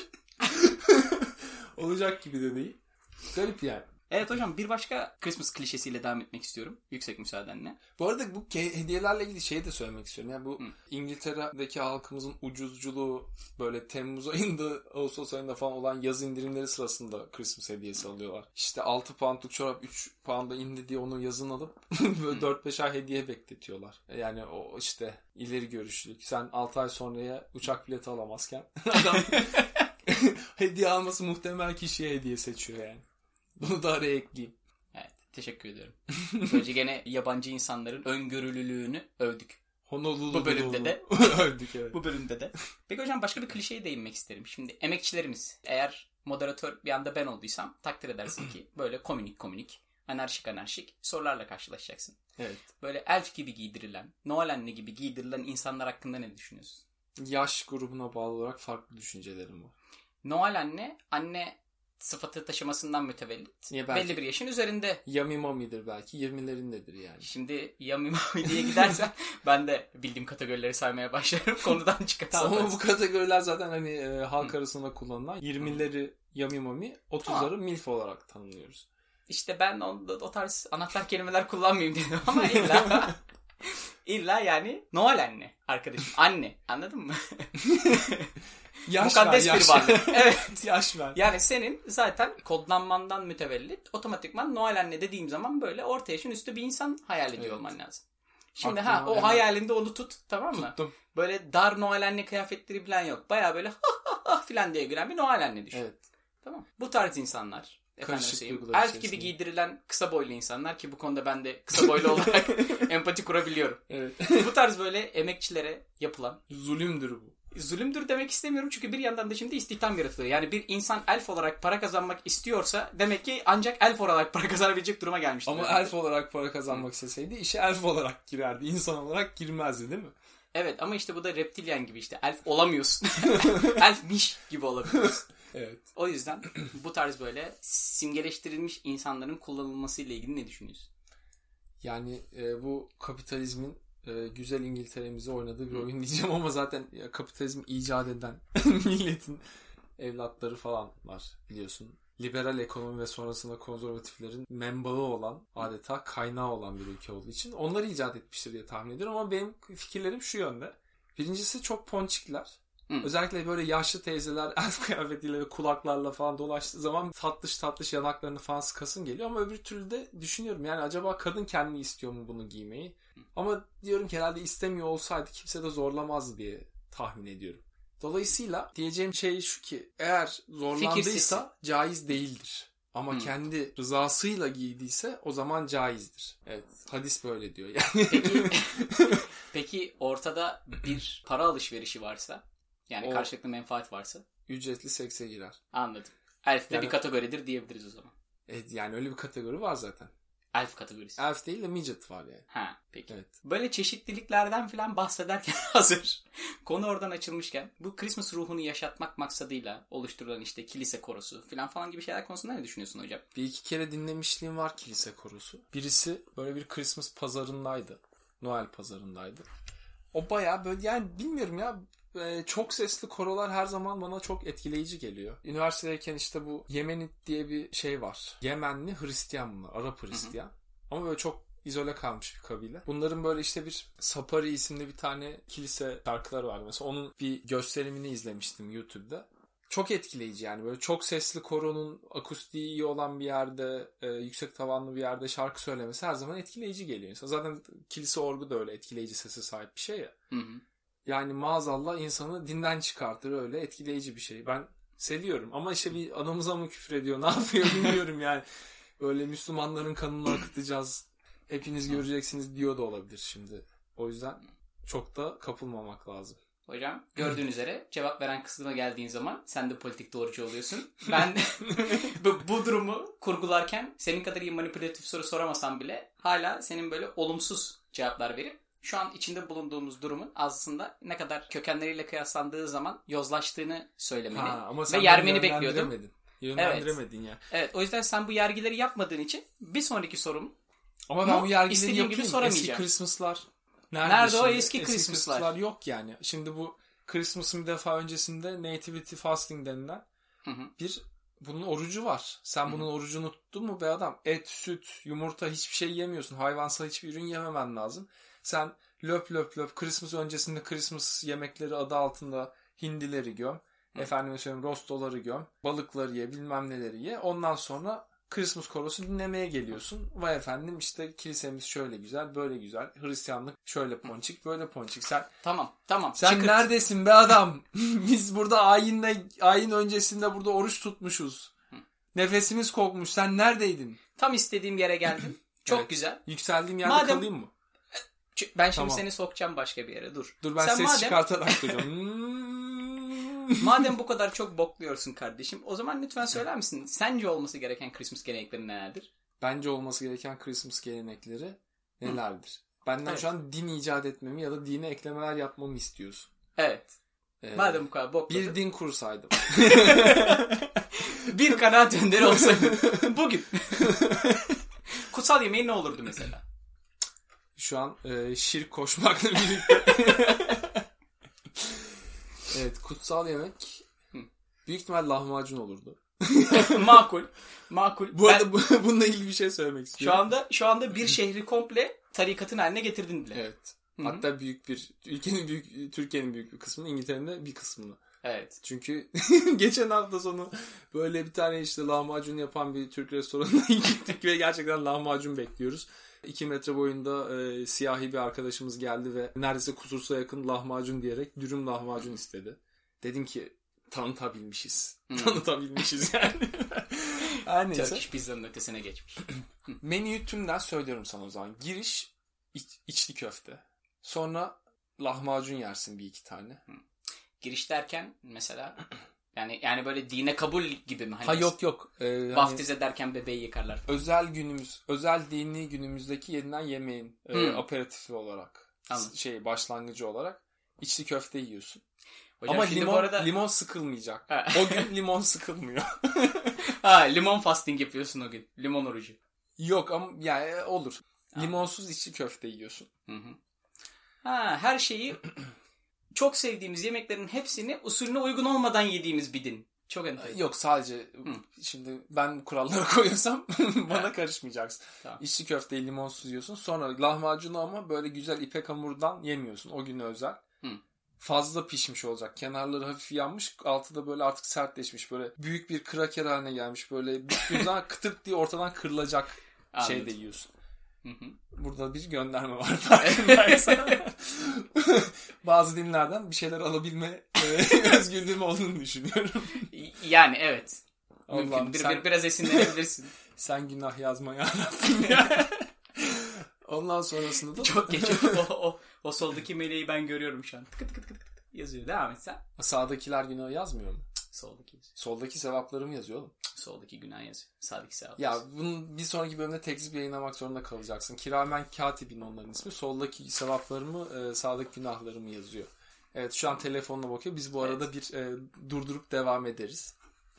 [SPEAKER 2] Olacak gibi de değil. Garip yani.
[SPEAKER 3] Evet hocam bir başka Christmas klişesiyle devam etmek istiyorum. Yüksek müsaadenle.
[SPEAKER 2] Bu arada bu hediyelerle ilgili de söylemek istiyorum. Yani bu İngiltere'deki halkımızın ucuzculuğu böyle Temmuz ayında, Ağustos ayında falan olan yaz indirimleri sırasında Christmas hediyesi alıyorlar. İşte 6 poundluk çorap 3 pound'a indi diye onu yazın alıp böyle 4-5 ay hediye bekletiyorlar. Yani o işte ileri görüşlülük. Sen 6 ay sonraya uçak bileti alamazken adam hediye alması muhtemel kişiye hediye seçiyor yani. Bunu da araya ekleyeyim.
[SPEAKER 3] Evet, teşekkür ediyorum. Böylece gene yabancı insanların öngörülülüğünü övdük.
[SPEAKER 2] Honolulu
[SPEAKER 3] bu bölümde de.
[SPEAKER 2] Övdük evet.
[SPEAKER 3] Bu bölümde de. Peki hocam başka bir klişeye değinmek isterim. Şimdi emekçilerimiz, eğer moderatör bir anda ben olduysam takdir edersin ki böyle komünik, anarşik sorularla karşılaşacaksın.
[SPEAKER 2] Evet.
[SPEAKER 3] Böyle elf gibi giydirilen, Noel anne gibi giydirilen insanlar hakkında ne düşünüyorsun?
[SPEAKER 2] Yaş grubuna bağlı olarak farklı düşüncelerim var.
[SPEAKER 3] Noel anne sıfatı taşımasından mütevellit. Belli bir yaşın üzerinde.
[SPEAKER 2] Yummy Mommy'dir belki. 20'lerindedir yani.
[SPEAKER 3] Şimdi Yummy Mommy diye gidersen ben de bildiğim kategorileri saymaya başlarım. Konudan çıkarsam.
[SPEAKER 2] Ama bu kategoriler zaten halk arasında kullanılan 20'leri Yummy Mommy, 30'ları MILF olarak tanımlıyoruz.
[SPEAKER 3] İşte ben o tarz anahtar kelimeler kullanmayayım dedim ama illa yani Noel anne arkadaşım. Anne. Anladın mı?
[SPEAKER 2] Yaş
[SPEAKER 3] Mukaddes
[SPEAKER 2] ver,
[SPEAKER 3] bir varlık. Evet.
[SPEAKER 2] Yaş ver.
[SPEAKER 3] Yani senin zaten kodlanmandan mütevellit otomatikman Noel anne dediğim zaman böyle orta yaşın üstü bir insan hayal ediyor olman lazım. Şimdi o hayalinde onu tut, tamam mı?
[SPEAKER 2] Tuttum.
[SPEAKER 3] Böyle dar Noel anne kıyafetleri falan yok. Baya böyle ha falan diye gülen bir Noel anne düşün.
[SPEAKER 2] Evet.
[SPEAKER 3] Tamam. Bu tarz insanlar. Elf gibi giydirilen kısa boylu insanlar ki bu konuda ben de kısa boylu olarak empati kurabiliyorum.
[SPEAKER 2] Evet.
[SPEAKER 3] Bu tarz böyle emekçilere yapılan
[SPEAKER 2] Zulümdür bu.
[SPEAKER 3] zulümdür demek istemiyorum çünkü bir yandan da şimdi istihdam yaratılıyor. Yani bir insan elf olarak para kazanmak istiyorsa demek ki ancak elf olarak para kazanabilecek duruma gelmiştir.
[SPEAKER 2] Ama elf olarak para kazanmak isteseydi işe elf olarak girerdi. İnsan olarak girmezdi değil mi?
[SPEAKER 3] Evet ama işte bu da reptilyen gibi işte. Elf olamıyorsun. Elfmiş gibi olabiliyorsun.
[SPEAKER 2] Evet.
[SPEAKER 3] O yüzden bu tarz böyle simgeleştirilmiş insanların kullanılmasıyla ilgili ne düşünüyorsun?
[SPEAKER 2] Yani bu kapitalizmin güzel İngiltere'mize oynadığı bir oyun diyeceğim ama zaten kapitalizmi icat eden milletin evlatları falan var biliyorsun. Liberal ekonomi ve sonrasında konservatiflerin menbaı olan, adeta kaynağı olan bir ülke olduğu için onları icat etmiştir diye tahmin ediyorum ama benim fikirlerim şu yönde. Birincisi çok ponçikler. Özellikle böyle yaşlı teyzeler elf kıyafetiyle ve kulaklarla falan dolaştığı zaman tatlış yanaklarını falan sıkasın geliyor ama öbür türlü de düşünüyorum yani acaba kadın kendi istiyor mu bunu giymeyi? Ama diyorum ki herhalde istemiyor olsaydı kimse de zorlamazdı diye tahmin ediyorum. Dolayısıyla diyeceğim şey şu ki eğer zorlandıysa caiz değildir. Ama kendi rızasıyla giydiyse o zaman caizdir. Evet, hadis böyle diyor yani.
[SPEAKER 3] Peki ortada bir para alışverişi varsa, yani karşılıklı menfaat varsa?
[SPEAKER 2] Ücretli sekse girer.
[SPEAKER 3] Anladım. Elf de bir kategoridir diyebiliriz o zaman.
[SPEAKER 2] Evet, yani öyle bir kategori var zaten.
[SPEAKER 3] Elf kategorisi.
[SPEAKER 2] Elf değil de midget var yani.
[SPEAKER 3] Ha, peki.
[SPEAKER 2] Evet.
[SPEAKER 3] Böyle çeşitliliklerden falan bahsederken hazır konu oradan açılmışken bu Christmas ruhunu yaşatmak maksadıyla oluşturulan işte kilise korosu falan gibi şeyler konusunda ne düşünüyorsun hocam?
[SPEAKER 2] Bir iki kere dinlemişliğim var kilise korosu. Birisi böyle bir Christmas pazarındaydı. Noel pazarındaydı. O bayağı böyle yani bilmiyorum ya çok sesli korolar her zaman bana çok etkileyici geliyor. Üniversitedeyken işte bu Yemenit diye bir şey var. Yemenli Hristiyan bunlar. Arap Hristiyan. Hı hı. Ama böyle çok izole kalmış bir kabile. Bunların böyle işte bir Sapari isimli bir tane kilise şarkıları var. Mesela onun bir gösterimini izlemiştim YouTube'da. Çok etkileyici yani böyle çok sesli koronun akustiği iyi olan bir yerde yüksek tavanlı bir yerde şarkı söylemesi her zaman etkileyici geliyor. Zaten kilise orgu da öyle etkileyici sese sahip bir şey ya. Hı hı. Yani maazallah insanı dinden çıkartır öyle etkileyici bir şey. Ben seviyorum ama işte bir anamıza mı küfür ediyor ne yapıyor bilmiyorum yani. Öyle Müslümanların kanını akıtacağız hepiniz göreceksiniz diyor da olabilir şimdi. O yüzden çok da kapılmamak lazım.
[SPEAKER 3] Hocam gördüğün üzere cevap veren kısmına geldiğin zaman sen de politik doğrucu oluyorsun. Ben bu durumu kurgularken senin kadar iyi manipülatif soru soramasam bile hala senin böyle olumsuz cevaplar verip şu an içinde bulunduğumuz durumun aslında ne kadar kökenleriyle kıyaslandığı zaman yozlaştığını söylemeni ve yermeni bekliyordum.
[SPEAKER 2] Yönlendiremedin ya.
[SPEAKER 3] Evet, o yüzden sen bu yergileri yapmadığın için bir sonraki sorum
[SPEAKER 2] ama ben bu yergileri yapayım.
[SPEAKER 3] Gibi soramayacağım.
[SPEAKER 2] Eski Christmas'lar
[SPEAKER 3] nerede o eski Christmas'lar?
[SPEAKER 2] Yok yani. Şimdi bu Christmas'ın bir defa öncesinde Nativity Fasting denilen bir bunun orucu var. Sen bunun orucunu tuttun mu be adam? Et, süt, yumurta hiçbir şey yemiyorsun. Hayvansal hiçbir ürün yememen lazım. Sen löp Christmas öncesinde Christmas yemekleri adı altında hindileri göm. Efendime söyleyeyim rostoları göm. Balıkları ye, bilmem neleri ye. Ondan sonra Christmas korosu dinlemeye geliyorsun. Vay efendim işte kilisemiz şöyle güzel, böyle güzel. Hristiyanlık şöyle ponçik, böyle ponçik. Sen
[SPEAKER 3] Tamam.
[SPEAKER 2] Sen neredesin be adam? Biz burada ayin öncesinde burada oruç tutmuşuz. Nefesimiz kokmuş. Sen neredeydin?
[SPEAKER 3] Tam istediğim yere geldin. Çok güzel.
[SPEAKER 2] Yükseldiğim yerde kalayım mı?
[SPEAKER 3] Ben şimdi seni sokacağım başka bir yere. Dur
[SPEAKER 2] ben ses çıkartarak duracağım.
[SPEAKER 3] Madem bu kadar çok bokluyorsun kardeşim, o zaman lütfen söyler misin? Sence olması gereken Christmas gelenekleri nelerdir?
[SPEAKER 2] Bence olması gereken Christmas gelenekleri nelerdir? Benden şu an din icat etmemi ya da dine eklemeler yapmamı istiyorsun.
[SPEAKER 3] Evet. Madem bu kadar bokladın.
[SPEAKER 2] Bir din kursaydım.
[SPEAKER 3] Bir kanaat önderi olsaydım. Bugün. Kutsal yemeğin ne olurdu mesela?
[SPEAKER 2] Şu an şirk koşmakla birlikte. Evet, kutsal yemek büyük ihtimal lahmacun olurdu.
[SPEAKER 3] Makul. Makul.
[SPEAKER 2] Bu arada bununla ilgili bir şey söylemek istiyorum.
[SPEAKER 3] Şu anda bir şehri komple tarikatın haline getirdin bile.
[SPEAKER 2] Evet. Hatta Türkiye'nin büyük bir kısmını, İngiltere'nin de bir kısmını.
[SPEAKER 3] Evet.
[SPEAKER 2] Çünkü geçen hafta sonu böyle bir tane işte lahmacun yapan bir Türk restoranına gittik ve gerçekten lahmacun bekliyoruz. 2 metre boyunda siyahi bir arkadaşımız geldi ve neredeyse kusursuza yakın lahmacun diyerek dürüm lahmacun istedi. Dedim ki tanıtabilmişiz. Tanıtabilmişiz yani. Her neyse.
[SPEAKER 3] Turkish pizzanın ötesine geçmiş.
[SPEAKER 2] Menüyü tümden söylüyorum sana o zaman. Giriş içli köfte. Sonra lahmacun yersin bir iki tane.
[SPEAKER 3] Giriş derken mesela yani böyle dine kabul gibi mi? Hani
[SPEAKER 2] ha yok.
[SPEAKER 3] Vaftiz ederken bebeği yıkarlar falan.
[SPEAKER 2] Özel dini günümüzdeki yenilen yemeğin aperatifi olarak.
[SPEAKER 3] Anladım.
[SPEAKER 2] Başlangıcı olarak içli köfte yiyorsun.
[SPEAKER 3] Hocam
[SPEAKER 2] ama
[SPEAKER 3] limon,
[SPEAKER 2] limon sıkılmayacak. O gün limon sıkılmıyor.
[SPEAKER 3] Limon fasting yapıyorsun o gün. Limon orucu.
[SPEAKER 2] Yok ama yani olur. Limonsuz içli köfte yiyorsun.
[SPEAKER 3] Her şeyi çok sevdiğimiz yemeklerin hepsini usulüne uygun olmadan yediğimiz bir din. Çok enteresan.
[SPEAKER 2] Yok sadece şimdi ben kuralları koyuyorsam bana karışmayacaksın.
[SPEAKER 3] Tamam.
[SPEAKER 2] İçli köfteyi limonsuz yiyorsun. Sonra lahmacunu ama böyle güzel ipek hamurdan yemiyorsun. O güne özel. Fazla pişmiş olacak. Kenarları hafif yanmış. Altı da böyle artık sertleşmiş. Böyle büyük bir kraker haline gelmiş. Böyle bir zaman kıtırt diye ortadan kırılacak şey de yiyorsun. Burada bir gönderme var. Bazı dinlerden bir şeyler alabilme özgürlüğüm olduğunu düşünüyorum.
[SPEAKER 3] Yani evet.
[SPEAKER 2] Allah'ım,
[SPEAKER 3] mümkün. Biraz esinlenebilirsin.
[SPEAKER 2] Sen günah yazma yarabbim ya. Ondan sonrasında da
[SPEAKER 3] çok geç. O soldaki meleği ben görüyorum şu an. Tık tık tık yazıyor. Devam et sen.
[SPEAKER 2] Sağdakiler günah yazmıyor mu?
[SPEAKER 3] Soldaki yazıyor.
[SPEAKER 2] Soldaki sevaplarım yazıyor oğlum.
[SPEAKER 3] Soldaki günah yazıyor. Sağdaki sevap
[SPEAKER 2] ya bunun bir sonraki bölümde tekzip yayınlamak zorunda kalacaksın. Kiramen katibin onların ismi. Soldaki sevaplarımı, sağdaki günahlarımı yazıyor. Evet şu an telefonuna bakıyor. Biz bu arada bir durdurup devam ederiz.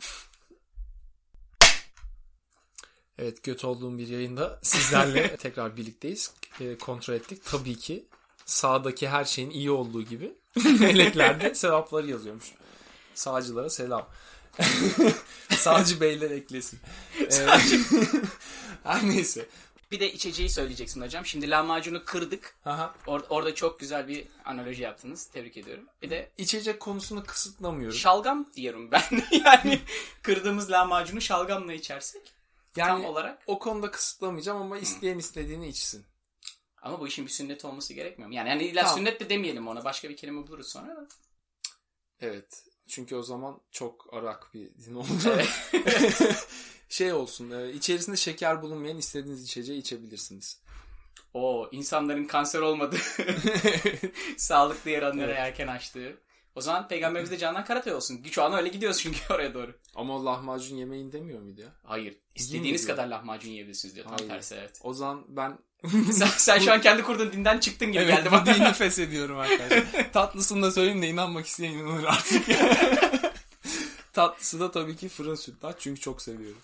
[SPEAKER 2] Evet kötü olduğum bir yayında sizlerle tekrar birlikteyiz. Kontrol ettik. Tabii ki sağdaki her şeyin iyi olduğu gibi meleklerde sevapları yazıyormuş. Sağcılara selam. Sağcı beyler eklesin. Her neyse.
[SPEAKER 3] Bir de içeceği söyleyeceksin hocam. Şimdi lahmacunu kırdık.
[SPEAKER 2] Aha.
[SPEAKER 3] Orada çok güzel bir analoji yaptınız. Tebrik ediyorum. Bir de
[SPEAKER 2] içecek konusunu kısıtlamıyorum.
[SPEAKER 3] Şalgam diyorum ben. Yani kırdığımız lahmacunu şalgamla içersek.
[SPEAKER 2] Yani
[SPEAKER 3] tam olarak.
[SPEAKER 2] O konuda kısıtlamayacağım ama isteyen istediğini içsin.
[SPEAKER 3] Ama bu işin bir sünnet olması gerekmiyor mu? Yani illa sünnet de demeyelim ona. Başka bir kelime buluruz sonra da.
[SPEAKER 2] Evet. Çünkü o zaman çok arak bir din oldu. Şey olsun. İçerisinde şeker bulunmayan istediğiniz içeceği içebilirsiniz.
[SPEAKER 3] İnsanların kanser olmadığı, sağlıklı yaranları erken açtığı. O zaman Peygamberimiz de Canan Karatay olsun. Şu an öyle gidiyoruz çünkü oraya doğru.
[SPEAKER 2] Ama lahmacun yemeyin demiyor muydu ya?
[SPEAKER 3] Hayır. İstediğiniz kadar lahmacun yiyebilirsiniz diyor. Tam tersi evet.
[SPEAKER 2] O zaman ben...
[SPEAKER 3] sen şu an kendi kurduğun dinden çıktın gibi geldi bana.
[SPEAKER 2] Evet bu dini feshediyorum arkadaşlar. Tatlısını da söyleyeyim de inanmak isteyen inanır artık. Tatlısı da tabii ki fırın sütlaç çünkü çok seviyorum.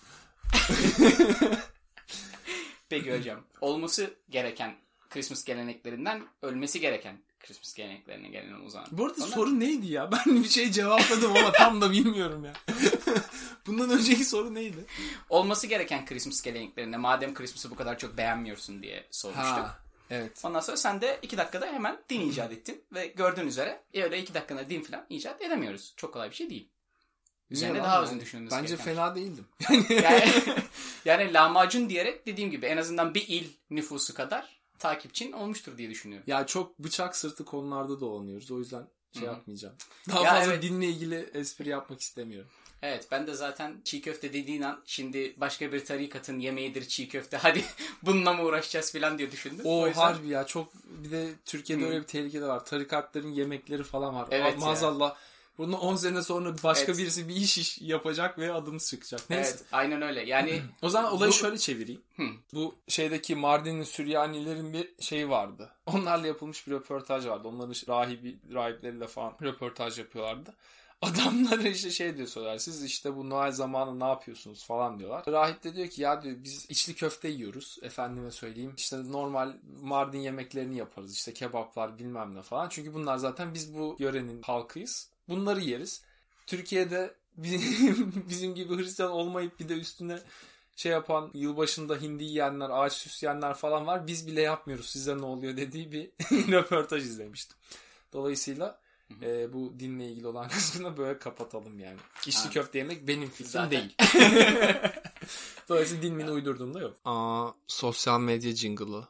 [SPEAKER 3] Peki hocam. Olması gereken Christmas geleneklerinden ölmesi gereken Christmas geleneklerine gelelim o zaman.
[SPEAKER 2] Bu arada soru neydi ya? Ben bir şey cevapladım ama tam da bilmiyorum ya. Bundan önceki soru neydi?
[SPEAKER 3] Olması gereken Christmas geleneklerine madem Christmas'ı bu kadar çok beğenmiyorsun diye sormuştuk.
[SPEAKER 2] Evet.
[SPEAKER 3] Ondan sonra sen de 2 dakikada hemen din icat ettin. Ve gördüğün üzere öyle 2 dakikada din falan icat edemiyoruz. Çok kolay bir şey değil. Üzerine daha uzun düşündüğünüz
[SPEAKER 2] bence
[SPEAKER 3] gereken.
[SPEAKER 2] fena değildim.
[SPEAKER 3] Yani lahmacun diyerek dediğim gibi en azından bir il nüfusu kadar takipçin olmuştur diye düşünüyorum.
[SPEAKER 2] Ya çok bıçak sırtı konularda dolanıyoruz. O yüzden yapmayacağım. Daha fazla dinle ilgili espri yapmak istemiyorum.
[SPEAKER 3] Evet ben de zaten çiğ köfte dediğin an şimdi başka bir tarikatın yemeğidir çiğ köfte. Hadi bununla mı uğraşacağız falan diye düşündüm.
[SPEAKER 2] O yüzden... harbi ya çok bir de Türkiye'de öyle bir tehlike de var. Tarikatların yemekleri falan var.
[SPEAKER 3] Evet
[SPEAKER 2] maazallah. Bunun 10 sene sonra başka birisi bir iş yapacak ve adımız çıkacak. Neyse.
[SPEAKER 3] Evet aynen öyle. Yani
[SPEAKER 2] o zaman olayı şöyle çevireyim. Bu şeydeki Mardin'in Süryanilerin bir şeyi vardı. Onlarla yapılmış bir röportaj vardı. Onların rahipleriyle falan röportaj yapıyorlardı. Adamlara işte şey diyor soruyorlar. Siz işte bu Noel zamanı ne yapıyorsunuz falan diyorlar. Rahip de diyor ki ya diyor biz içli köfte yiyoruz. Efendime söyleyeyim. İşte normal Mardin yemeklerini yaparız. İşte kebaplar bilmem ne falan. Çünkü bunlar zaten biz bu yörenin halkıyız. Bunları yeriz. Türkiye'de bizim gibi Hristiyan olmayıp bir de üstüne şey yapan, yılbaşında hindi yiyenler, ağaç süsleyenler falan var. Biz bile yapmıyoruz, size ne oluyor dediği bir röportaj izlemiştim. Dolayısıyla bu dinle ilgili olan kısmını böyle kapatalım yani. İçli köfte yemek benim fikrim
[SPEAKER 3] Zaten
[SPEAKER 2] değil. Dolayısıyla din uydurduğum da yok. Sosyal medya jingle'ı.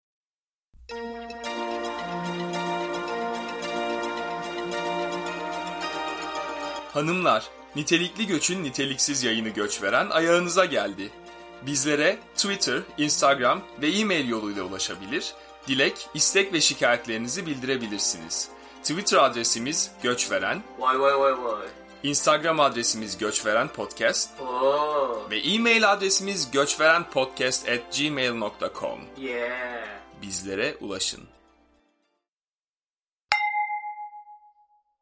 [SPEAKER 1] Hanımlar, nitelikli göçün niteliksiz yayını Göç Veren ayağınıza geldi. Bizlere Twitter, Instagram ve e-mail yoluyla ulaşabilir, dilek, istek ve şikayetlerinizi bildirebilirsiniz. Twitter adresimiz Göçveren,
[SPEAKER 3] Vay.
[SPEAKER 1] Instagram adresimiz Göçveren Podcast ve e-mail adresimiz göçverenpodcast@gmail.com. Bizlere ulaşın.